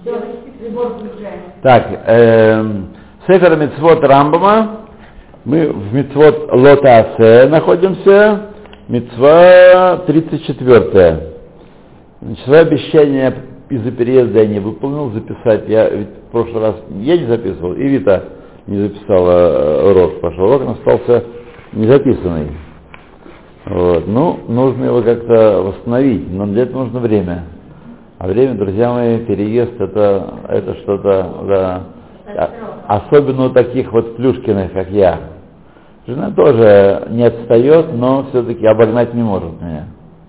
Так, Сефер Мицвот Рамбама, мы в Мицвот Лота Асе находимся, Мицва 34. Свое обещание из-за переезда я не выполнил, записать, я ведь в прошлый раз я не записывал, и Вита не записала урок, пошел урок, он остался незаписанный. Вот. Ну, нужно его как-то восстановить, но для этого нужно время. А время, друзья мои, переезд это что-то, да, особенно у таких вот Плюшкиных, как я. Жена тоже не отстает, но все-таки обогнать не может меня.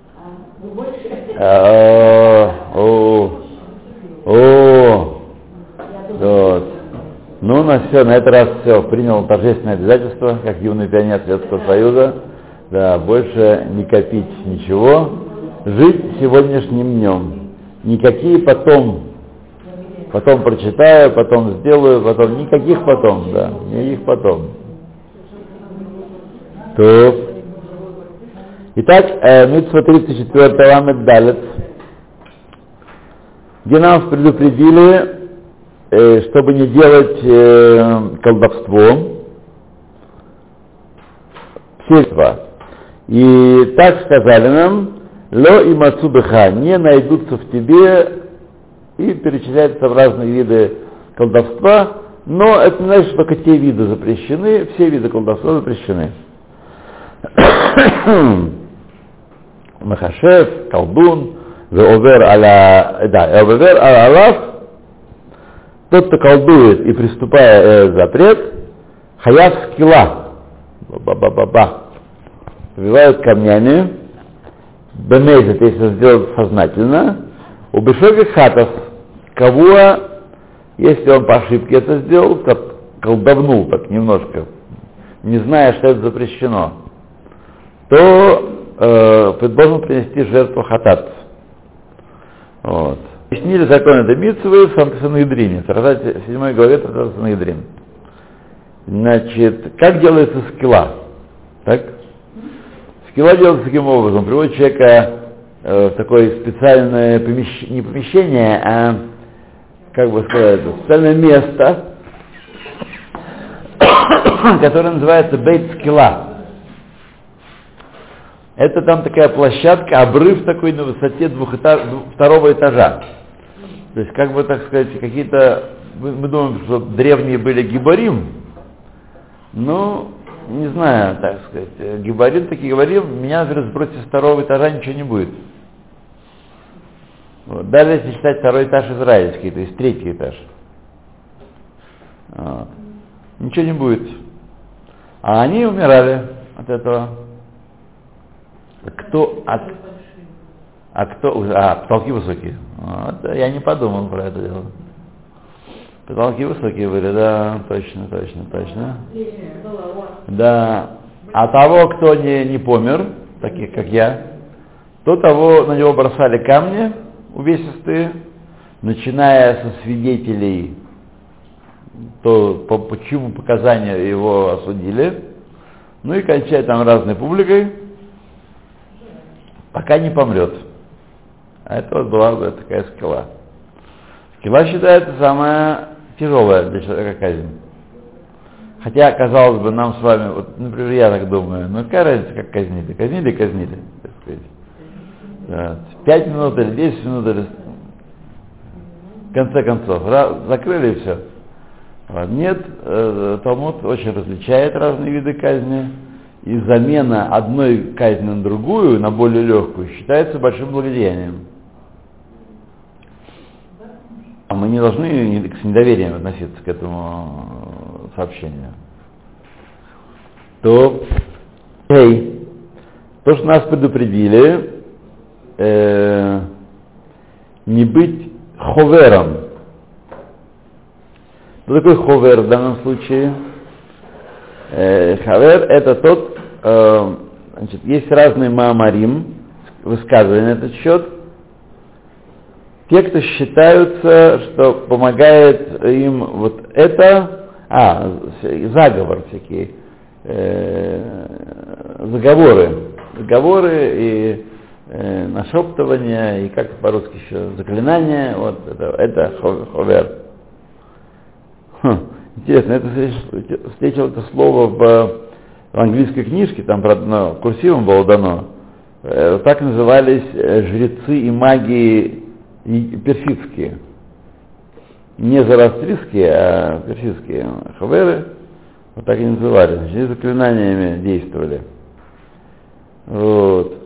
Вот. Ну, на этот раз все, принял торжественное обязательство, как юный пионер Советского Союза, да, больше не копить ничего, жить сегодняшним днем. Никакие потом прочитаю, потом сделаю, потом, никаких потом, да, никаких потом. То. Итак, Мицва 34 Ламед Далет, где нам предупредили, чтобы не делать колдовство, сельство. И так сказали нам, Ло и Мацубеха, не найдутся в тебе, и перечисляются разные виды колдовства, но это не значит, что только те виды запрещены, все виды колдовства запрещены. Махашев, колдун, овер алалав, тот, кто колдует и приступая запрет, хаяв скилла, побивают камнями, бенезет, если сделать сознательно, у бешоги хатов, кого, если он по ошибке это сделал, колдовнул так немножко, не зная, что это запрещено, то должен принести жертву хатат. Вот. Объяснили закон этой мицвы в Санедрине, в 7 главе Санедрин. Значит, как делается скилла? Так? Скилла делается таким образом. Приводит человека в такое специальное помещение, не помещение, а, как бы сказать, специальное место, которое называется бейт скилла. Это там такая площадка, обрыв такой на высоте второго этажа. То есть, как бы, так сказать, какие-то, мы думаем, что древние были гибарим, но, не знаю, так сказать, гибарим, таки гибарим, меня, например, сбросить с второго этажа ничего не будет. Вот. Даже если считать второй этаж израильский, то есть третий этаж. Вот. Ничего не будет. А они умирали от этого. Потолки высокие. Вот, я не подумал про это дело. Потолки высокие были, да, точно. Да. А того, кто не помер, таких как я, то того на него бросали камни увесистые, начиная со свидетелей, то по чьему показанию его осудили, ну и кончая там разной публикой, пока не помрет. А это вот была бы такая скилла. Скилла считается самая тяжелая для человека казнь. Хотя, казалось бы, нам с вами, вот, например, я так думаю, ну какая разница, как казнили, так сказать. Да. 5 минут или 10 минут, или в конце концов, закрыли и все. Вот. Нет, Талмуд очень различает разные виды казни. И замена одной казни на другую, на более легкую, считается большим благодеянием. А мы не должны с недоверием относиться к этому сообщению. То что нас предупредили, не быть ховером. Что такое ховер в данном случае? Хавер это тот, значит, есть разные маамарим, высказывания на этот счет. Те, кто считаются, что помогает им вот это, заговор всякие, заговоры и нашептывание, и как по-русски еще заклинание, вот это ховер. Интересно, это встретил это слово в английской книжке, там, правда, курсивом было дано. Так назывались жрецы и маги персидские. Не зороастрийские, а персидские хаверы. Вот так и называли. Значит, они заклинаниями действовали. Вот.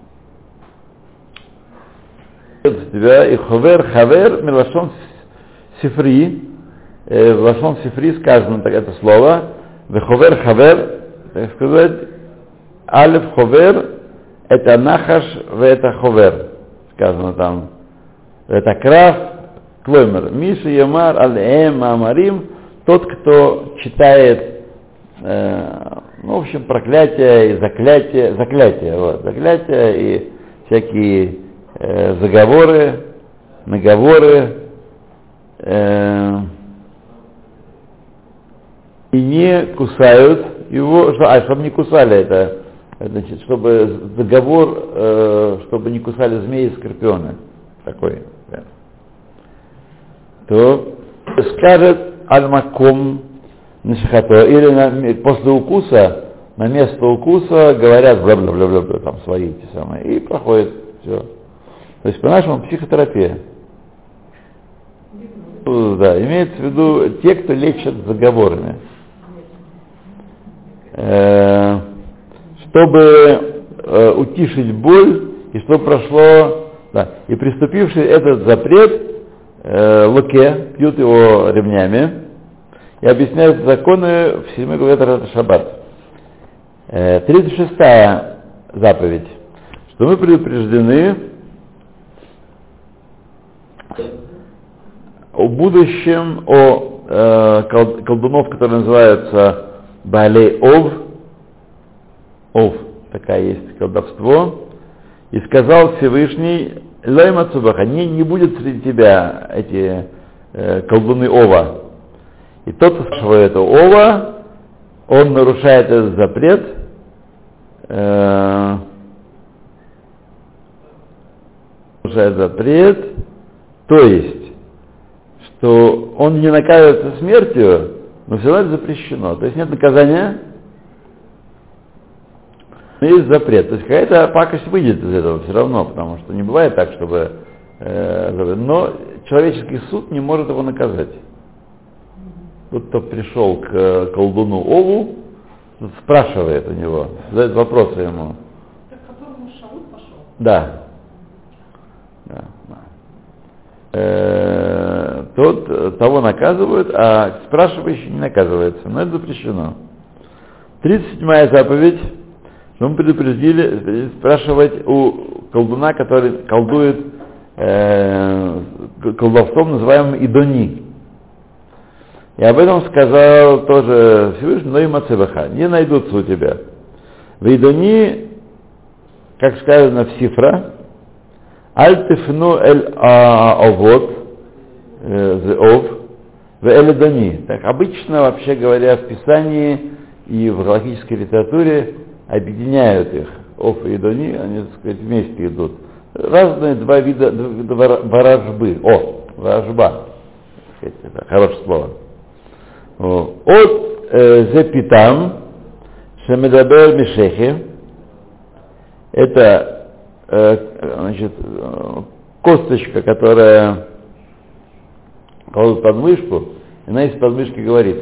И хавер, милашон сифри. В лашон сифри сказано так это слово. Веховер хавер, так сказать, алиф ховер, это нахаш, это ховер. Сказано там. Это крав, клоймер. Миша Ямар аль-эм амарим, тот, кто читает, в общем, проклятия и заклятия, вот, заклятия и всякие заговоры, наговоры, и не кусают его, чтобы не кусали это, значит, чтобы договор, чтобы не кусали змеи и скорпионы, такой, да. То скажет аль-маком нишхато, или после укуса, на место укуса говорят бла-бла-бла-бла, там свои те самые, и проходит все. То есть по-нашему психотерапия. Да, имеется в виду те, кто лечат заговорами. Чтобы утишить боль, и чтобы прошло, да, и приступивший этот запрет, луке, пьют его ремнями, и объясняют законы в 7 главе Торат Шаббат. 36-я заповедь, что мы предупреждены о будущем, о колдунов, которые называются Баалей Ов, такая есть колдовство, и сказал Всевышний, Лой Мацубаха, не будет среди тебя эти колдуны Ова. И тот, кто спрашивает Ова, он нарушает этот запрет, то есть, что он не наказывается смертью, но все равно это запрещено. То есть нет наказания, но есть запрет. То есть какая-то пакость выйдет из этого все равно, потому что не бывает так, чтобы... но человеческий суд не может его наказать. Тот, кто пришел к колдуну Ову, спрашивает у него, задает вопросы ему. Так, которому Шауль пошел? Да. Тот, того наказывают, а спрашивающий не наказывается. Но это запрещено. 37-я заповедь. Мы предупредили спрашивать у колдуна, который колдует колдовством, называемым идони. И об этом сказал тоже Всевышний, но и Мацебаха. Не найдутся у тебя. В идони, как сказано в Сифра, аль-тифну эль-овод, зеов, в эль-идони. Так обычно, вообще говоря, в Писании и в галактической литературе объединяют их. Ов и идони, они, так сказать, вместе идут. Разные два вида ворожбы. Ворожба. Это хорошее слово. От зепитам, шемедабер мишехи, это, значит, косточка, которая кладут под мышку, и она из подмышки говорит.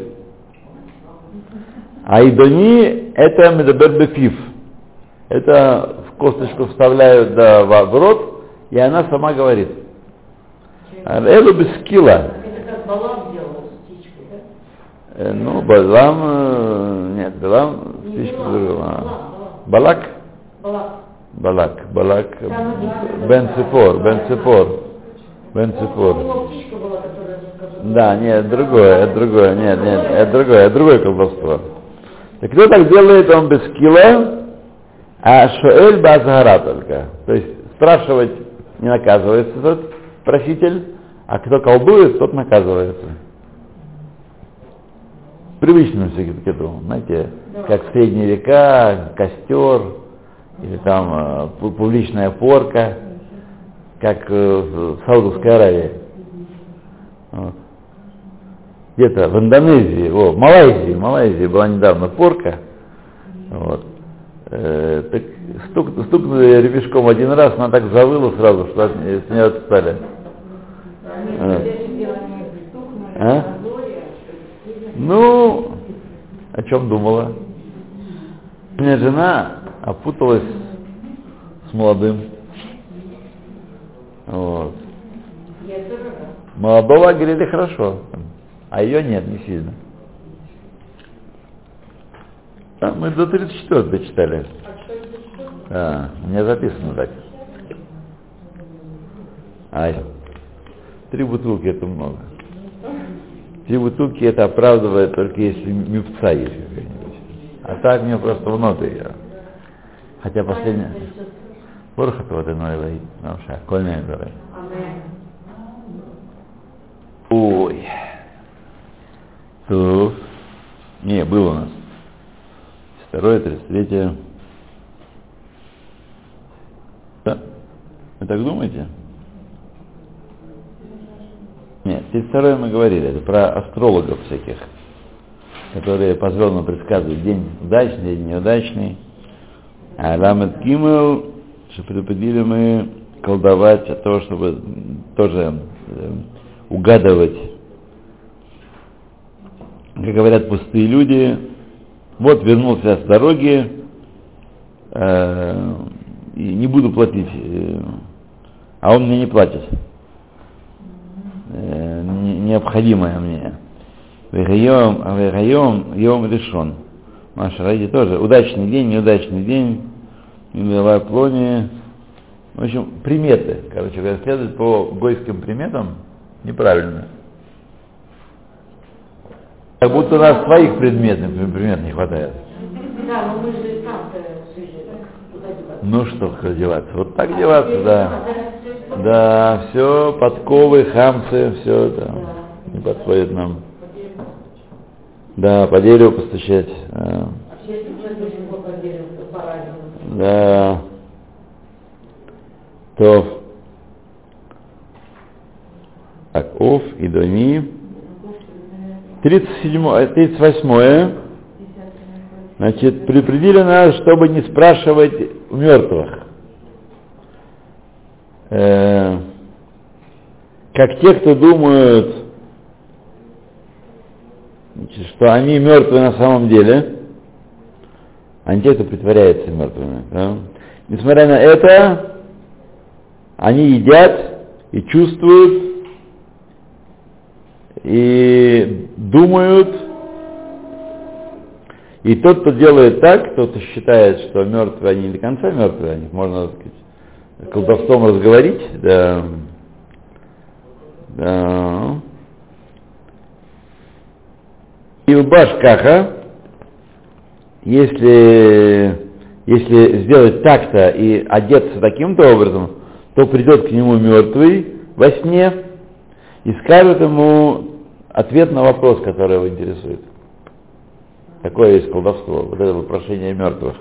А идони это медабер бефив. Это в косточку вставляют в рот, и она сама говорит. Это без скилла. Это как Балам делал с птичкой, да? Ну, Балам, нет, Балам, птичка другого. Балак? Балак. Бен Ципор. У него птичка была, которая рассказывала. Да, нет, это другое колдовство. Так кто так делает, он без скилла, а шоэль базгара только. То есть спрашивать не наказывается тот проситель, а кто колдует, тот наказывается. Привычно все к этому, знаете, как в средние века, костер, или там публичная порка, как в Саудовской Аравии. Вот. Где-то в Индонезии, в Малайзии была недавно порка. Вот. Так стукнули ремешком один раз, она так завыла сразу, что с нее отстали. Ну, о чем думала? У меня жена опуталась с молодым. Вот. Молодого говорили хорошо, а ее нет, не сильно. Мы до 34 читали. У меня записано так. 3 бутылки это много. 3 бутылки это оправдывает только если мюпца есть какая-нибудь. А так мне просто в ноты. Хотя последняя. Борхатова ты нойлай, наша, кольная давай. Ой. Тут. Не, было у нас. 2-е, 33-е. Да? Вы так думаете? Нет, 32-е мы говорили, это про астрологов всяких, которые по звездам предсказывают день удачный, день неудачный. А Ламет Гимел, что предупредили мы колдовать от того, чтобы тоже угадывать, как говорят пустые люди. Вот вернулся я с дороги, и не буду платить, а он мне не платит. Необходимое мне. Йом решен. Маша Ради тоже. Удачный день, неудачный день. Миловая плони. В общем, приметы. Короче говоря, следовать по гойским приметам неправильно. Как будто у нас своих предметов не хватает. Да, но мы же как-то куда деваться. Ну что, куда деваться? Вот так деваться, да. Да, все, подковы, хамцы, все это не подходит нам. Да, по дереву постучать. Да. То. Так, Ов, Идоми. 38-е. Значит, предупредили нас, чтобы не спрашивать у мертвых. Как те, кто думают, значит, что они мертвые на самом деле, а не те, кто притворяется мертвыми. Да? Несмотря на это, они едят и чувствуют, и думают, и тот, кто делает так, кто-то считает, что мертвые, они не до конца мертвые, о них можно, так сказать, колдовством разговорить, да. Да. И в Башкаха, если сделать так-то и одеться таким-то образом, то придет к нему мертвый во сне и скажет ему ответ на вопрос, который его интересует. Такое есть колдовство, вот это вопрошение мертвых.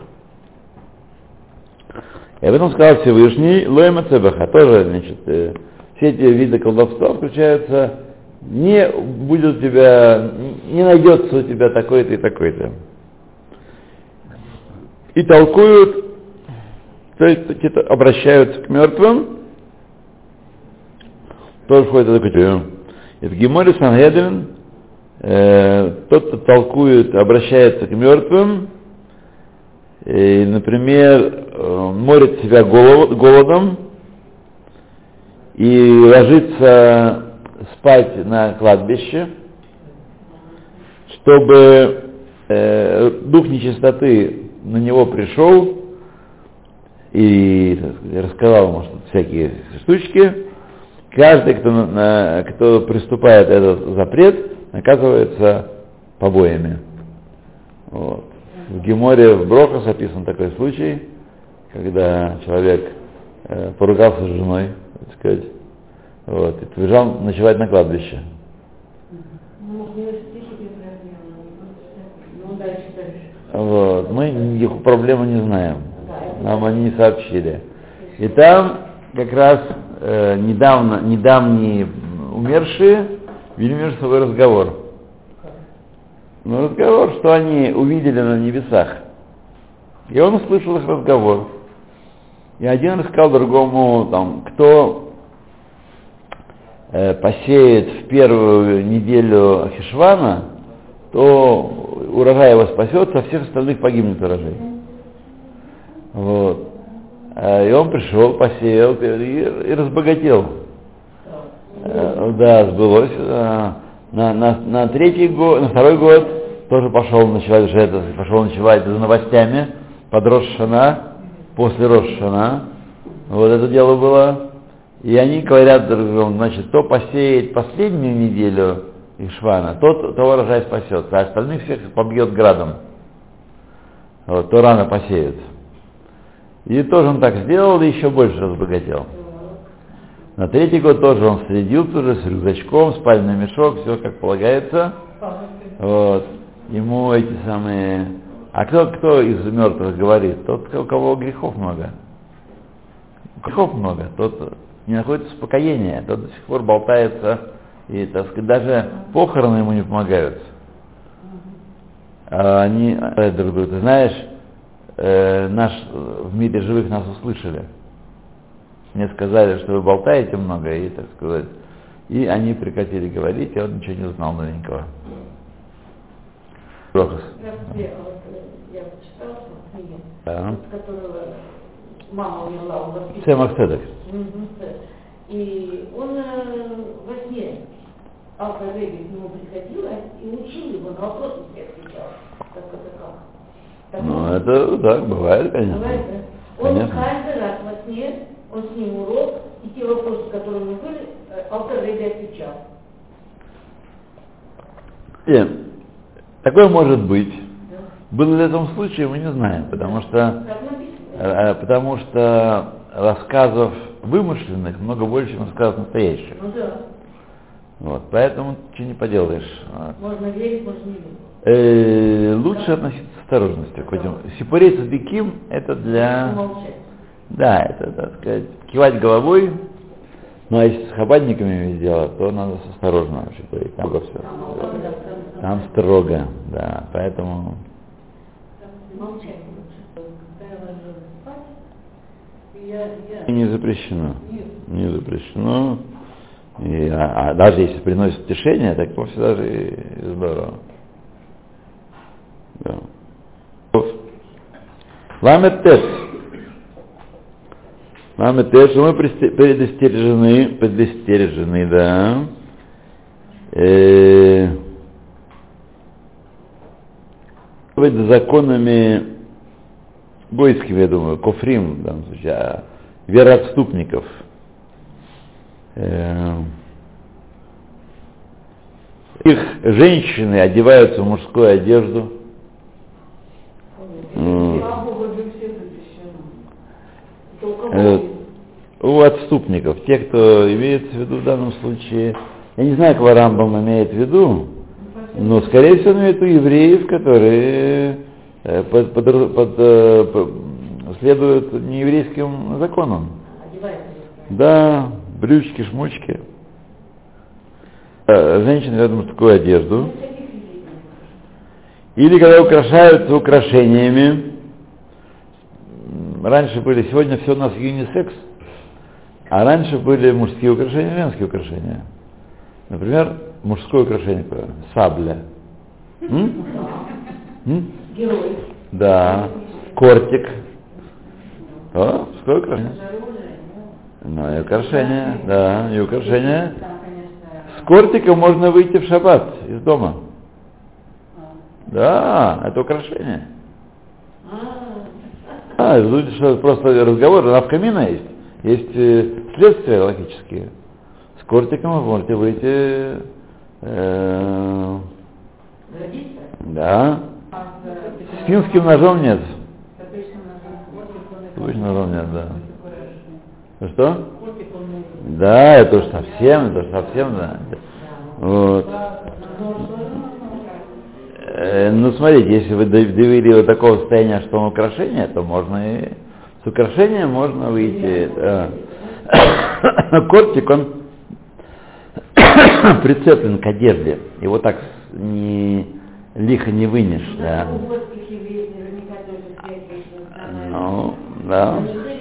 И об этом сказал Всевышний Лоэма Цебаха. Тоже, значит, все эти виды колдовства включаются, не будет у тебя, не найдется у тебя такой-то и такой-то. И толкуют, то есть обращаются к мертвым, тоже входит в такой. Это Гемори Сангедрин, тот, кто толкует, обращается к мертвым, и, например, морит себя голодом и ложится спать на кладбище, чтобы дух нечистоты на него пришел и, так сказать, рассказал ему всякие штучки. Каждый, кто приступает этот запрет, наказывается побоями. Вот. В Геморе в Брохас описан такой случай, когда человек поругался с женой, так сказать, вот, и побежал ночевать на кладбище. Вот. Мы их проблемы не знаем. Нам они сообщили. И там как раз недавние умершие вели между собой разговор. Ну, разговор, что они увидели на небесах. И он услышал их разговор. И один рассказал другому, кто посеет в первую неделю Хешвана, то урожай его спасется, а всех остальных погибнет урожай. Вот. И он пришел, посеял и разбогател. Да, сбылось. На третий год, на второй год тоже пошел ночевать за новостями под Рош ха-Шана, после Рош ха-Шана. Вот это дело было. И они говорят друг другу, значит, кто посеет последнюю неделю Ишвана, тот урожай спасется, а остальных всех побьет градом. Вот, то рано посеют. И тоже он так сделал, и еще больше разбогател. На третий год тоже он следил тоже с рюкзачком, спальный мешок, все как полагается. Вот. Ему эти самые... А кто из мертвых говорит? Тот, у кого грехов много. Грехов много. Тот не находит успокоения, тот до сих пор болтается, и, так сказать, даже похороны ему не помогают. А они друг другу, ты знаешь, в мире живых нас услышали. Мне сказали, что вы болтаете много, и, так сказать, и они прекратили говорить, и он ничего не узнал новенького. Прохос. Я почитала в книге, Да. которого мама умерла, он воспитывал. Цемах Цедек. И он во сне, Алка-Реби к нему приходила и учил его, на вопросы все отвечал. Ну, это так, бывает, конечно. Бывает, да? Он каждый раз во сне, он с ним урок, и те вопросы, которые у него были, Алка-Реби отвечал. Такое может быть. Да. Было ли в этом случае, мы не знаем, потому что рассказов вымышленных много больше, чем рассказов настоящих. Ну да. Вот, поэтому ничего не поделаешь. Можно верить, можно не верить. Лучше относиться с осторожностью к этим. Сипурей цадиким это для... Молчать. Да, это, так сказать, кивать головой. Ну, а если с хабадниками иметь дело, то надо осторожно вообще говорить. Там все. Там строго, да, поэтому... Молчать лучше. Когда я ложилась спать, Не запрещено. Не запрещено. А даже если приносит утешение, так вовсе даже и здорово. Да. Ламет тет, что мы предостережены, да. Быть законами гойскими, я думаю, кофрим, в данном случае, вероотступников. Их женщины одеваются в мужскую одежду. У отступников, те, кто имеется в виду в данном случае, я не знаю, кого Рамбам имеет в виду, но, скорее всего, он имеет в виду евреев, которые следуют нееврейским законам. Да, брючки, шмучки. Женщины ведут мужскую одежду. Или когда украшаются украшениями. Раньше были, сегодня все у нас юнисекс, а раньше были мужские украшения, женские украшения. Например, мужское украшение такое, сабля. Герой. Да, кортик. О, мужское украшение. Ну и украшение, да, и украшение. С кортиком можно выйти в шаббат из дома. Да, это украшение. Что просто разговор, навкамина есть. Есть следствия логические. С кортиком вы можете выйти... Да. С финским ножом нет. С обычным ножом нет, да. Что? Да, это уж совсем, да. Вот. Ну, смотрите, если вы довели до такого состояния, что он украшение, то можно и С украшением можно выйти. Кортик, он прицеплен к одежде. Его так лихо не вынешь. Да. Ну, да.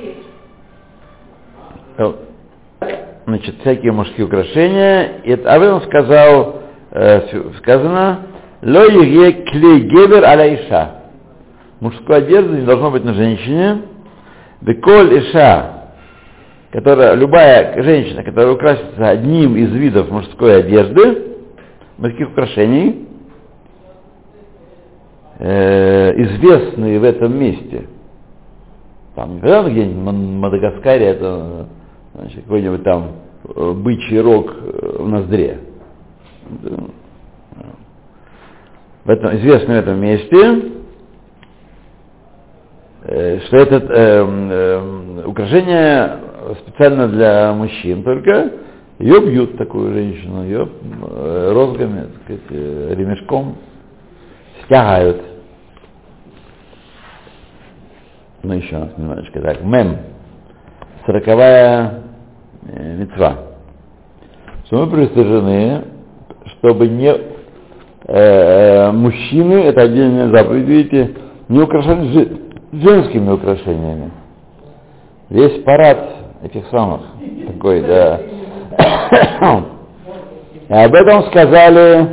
Значит, всякие мужские украшения. А вы он сказал, сказано, «Ло юге клей гевер аля иша». Мужской одежды не должно быть на женщине. «Беколь иша», любая женщина, которая украсится одним из видов мужской одежды, мужских украшений, известные в этом месте. Там, где-нибудь в Мадагаскаре, это, значит, какой-нибудь там бычий рог в ноздре. Известно в этом месте, что это украшение специально для мужчин только. Ее бьют, такую женщину, ее розгами, так сказать, ремешком стягают. Ну еще раз немножечко так. Мем. 40-я мицва. Что мы пристыжены, чтобы не мужчины, это отдельная заповедь, видите, не украшались женскими украшениями. Весь парад этих самых такой, да. И об этом сказали,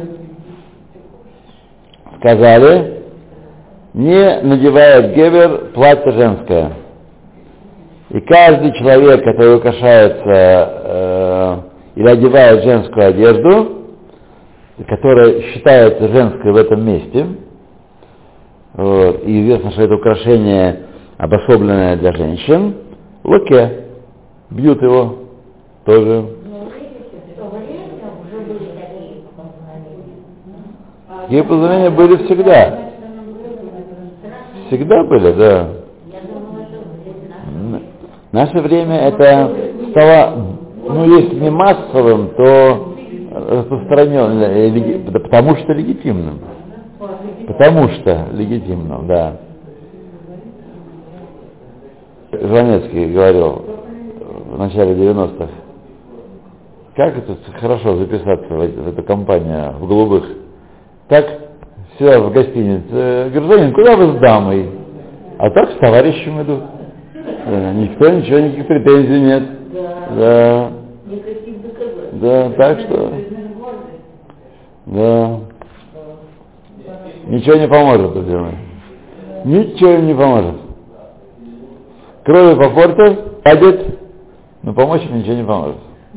не надевает гевер платье женское. И каждый человек, который украшается или одевает женскую одежду, которая считается женской в этом месте, вот, и известно, что это украшение обособленное для женщин, локе, бьют его тоже. Такие позволения были всегда. Всегда были, да. В наше время это стало, если не массовым, то распространенным, потому что легитимным. Да. Жванецкий говорил в начале 90-х, как это хорошо записаться в эту компанию, в голубых. Так, сюда в гостинице, гражданин, куда вы с дамой? А так с товарищем идут. Да, никто ничего, никаких претензий нет. Да. Да, так что. Да. Ничего не поможет, друзья. Ничего им не поможет. Крови попортят, падет, но помочь им ничего не поможет.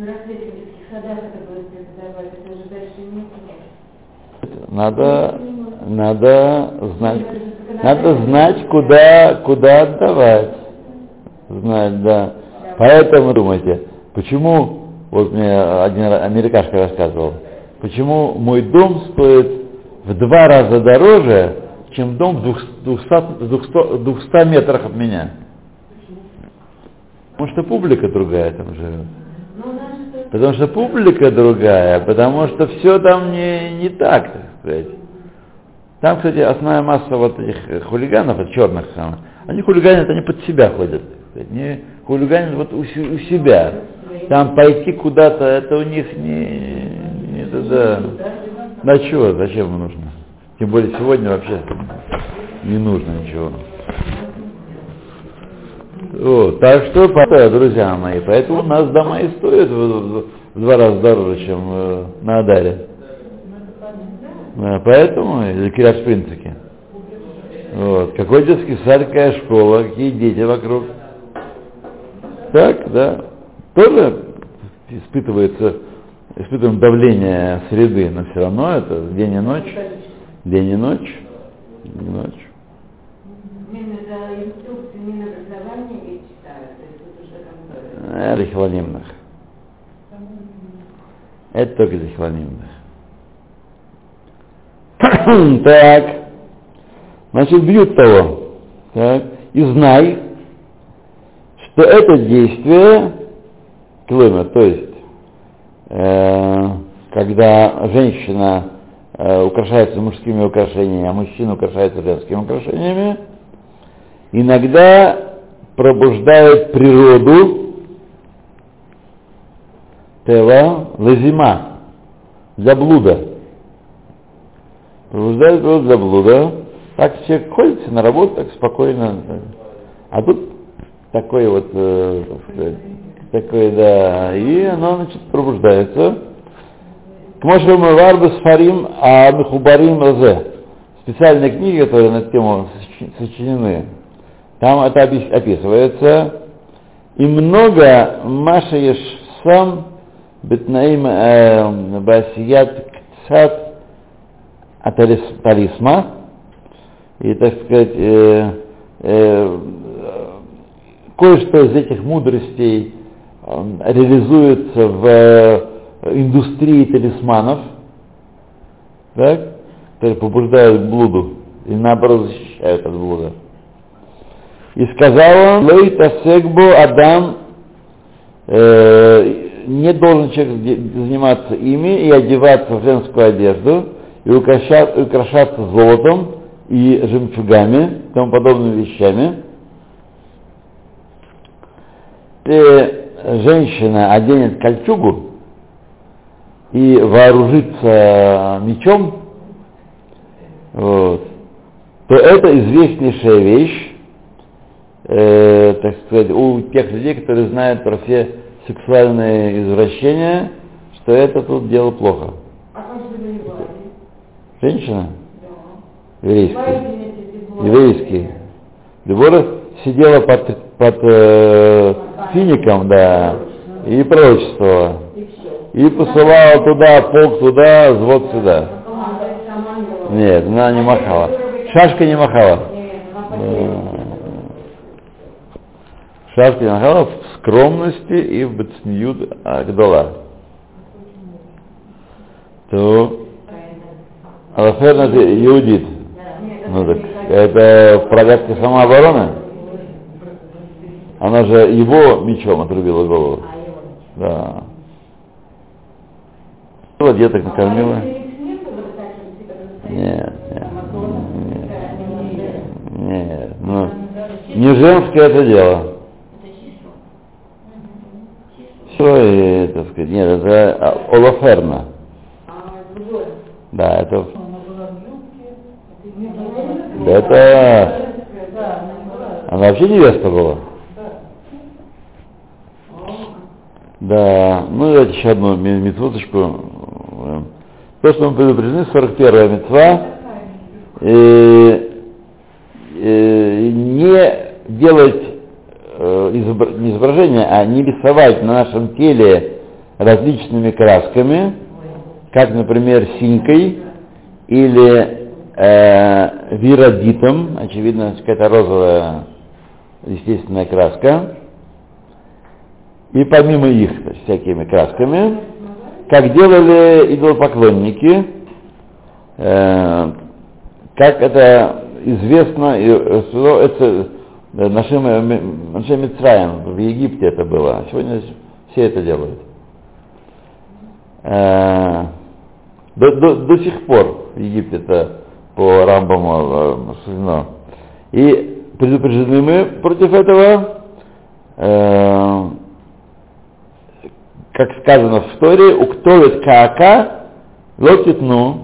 Надо знать, куда отдавать. Знать, да. Поэтому думайте, почему, вот мне один америкашка рассказывал, почему мой дом стоит в 2 раза дороже, чем дом в 200 метрах от меня. Потому что публика другая там живет. Потому что публика другая, потому что все там не так, так сказать. Там, кстати, основная масса вот этих хулиганов, от черных самых, они хулиганят, они под себя ходят. Не хулиганят вот у себя. Там пойти куда-то, это у них не да. Да чего, зачем им нужно? Тем более сегодня вообще не нужно ничего. Вот, так что, друзья мои, поэтому у нас дома и стоят в 2 раза дороже, чем на Адаре. Поэтому, или Кирят-Шпринцеке. Вот, какой детский сад, какая школа, какие дети вокруг. Так, да. Тоже испытываем давление среды, но все равно это день и ночь. День и ночь. День и ночь. Это хилонимных. Это только для хилонимных. Так. Значит, бьют того. Так. И знай, что это действие, клыма, то есть, когда женщина украшается мужскими украшениями, а мужчина украшается женскими украшениями, иногда пробуждает природу тева лазима, для блуда. Пробуждает природу для блуда. Так человек ходит на работу, так спокойно. А тут такой вот, такой, да, и оно, значит, пробуждается. К Мошему Варбу Сфарим а Мехубарим Розе. Специальные книги, которые на эту тему сочинены, там это описывается. И много Маша Ешсам Бетнаим Басият Кцат Аталисма. И, так сказать, кое-что из этих мудростей реализуется в индустрии талисманов, так, которые побуждают к блуду, или наоборот защищают от блуда. И сказал он: Лей тасекбо Адам, не должен человек заниматься ими и одеваться в женскую одежду, и украшаться золотом и жемчугами, и тому подобными вещами. Если женщина оденет кольчугу и вооружится мечом, вот, то это известнейшая вещь, так сказать, у тех людей, которые знают про все сексуальные извращения, что это тут дело плохо. А как же воевали? Женщина? Да. Еврейский. Дебора сидела под фиником, да, и пророчествовала. И посылала туда, полк туда, взвод сюда. Нет, она не махала. Шашкой не махала. Шашкой не махала в скромности и в бецниют Агдала. То Алаферна иудит. Ну так, это в порядке самообороны. Она же его мечом отрубила голову. Да. Вот деток накормила. Нет. Ну, не женское это дело. Все, так сказать, нет, это Олаферна. Да, это... Это... Она вообще невеста была. Да, ну давайте еще одну митцвоточку. То, что мы предупреждены, 41-я митцва, не делать не изображение, а не рисовать на нашем теле различными красками, как, например, синькой или виродитом, очевидно, какая-то розовая естественная краска, и помимо их, то есть, всякими красками, как делали идолопоклонники, как это известно, это нашим Мицраем, в Египте это было, сегодня все это делают. До сих пор в Египте это по Рамбаму суждено. И предупреждены мы против этого, как сказано в Торе, уктовит каака лотитну,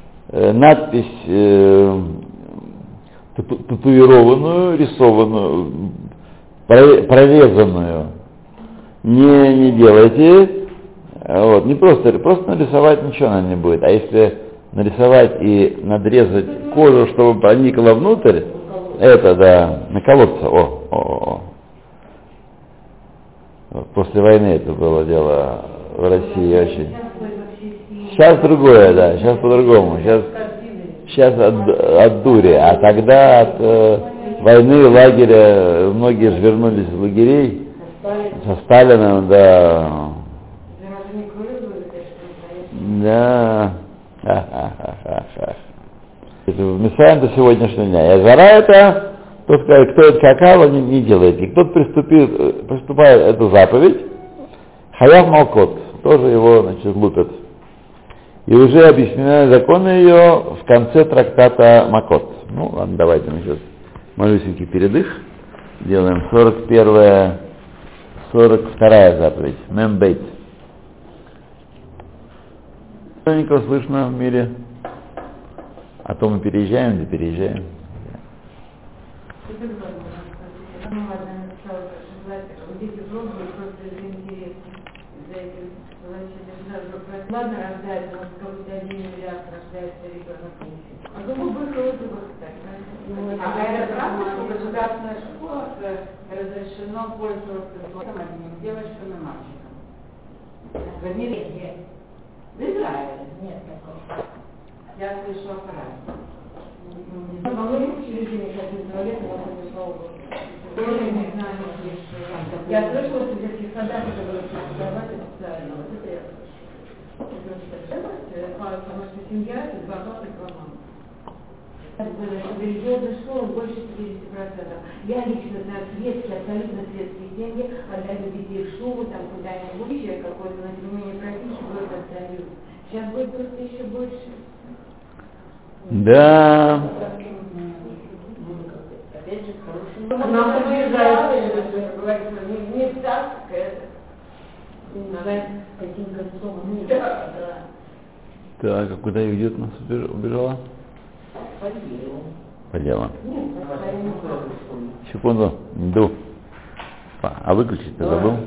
надпись татуированную, рисованную, прорезанную, не делайте. Вот, не просто нарисовать ничего она не будет, а если нарисовать и надрезать кожу, чтобы проникла внутрь, это, да, наколоться, После войны это было дело в России очень. Сейчас другое, да, сейчас по-другому. Сейчас от дури, а тогда от войны, лагеря, многие же вернулись в лагерей со Сталиным, да. Да. Это Мисраим до сегодняшнего дня. И жара это, кто это какао, не делайте. Кто-то приступает эту заповедь, Хаяв Малкот, тоже его, значит, лупят. И уже объяснены законы ее в конце трактата Макот. Ну, ладно, давайте мы сейчас малюсенький передых. Делаем 41-я, 42-я заповедь. Мембейт. Что слышно в мире? А то мы переезжаем, где переезжаем. Ладно, рождается, вот какой-то 1 миллиард рождается ребенок. А думаю, было бы так. А это правда, что в государственной школе разрешено пользоваться только одним девочкам и мальчикам? В Америке? В Израиле? Нет такого. Я слышала по-разному. Во многих учреждениях, как в Израиле, это не слава. Не знаю, я слышала, что в детских садах это было преподавать официально. Вот это я слышала. Потому что семья – это 2 папы и 2 мамы. В религиозной школе больше 50%. Я лично знаю светские, абсолютно светские семьи, отдали детей в школу, там куда-нибудь, какое-то население практически будет абсолютно. Сейчас будет просто еще больше. Да. Опять же, хорошим. Нам побеждают, говорится, не так, это. Каким концом. Да. Так, а куда идет нас убежала? По делу. По делу. Нет, по делу. Секунду, иду. А выключить-то забыл?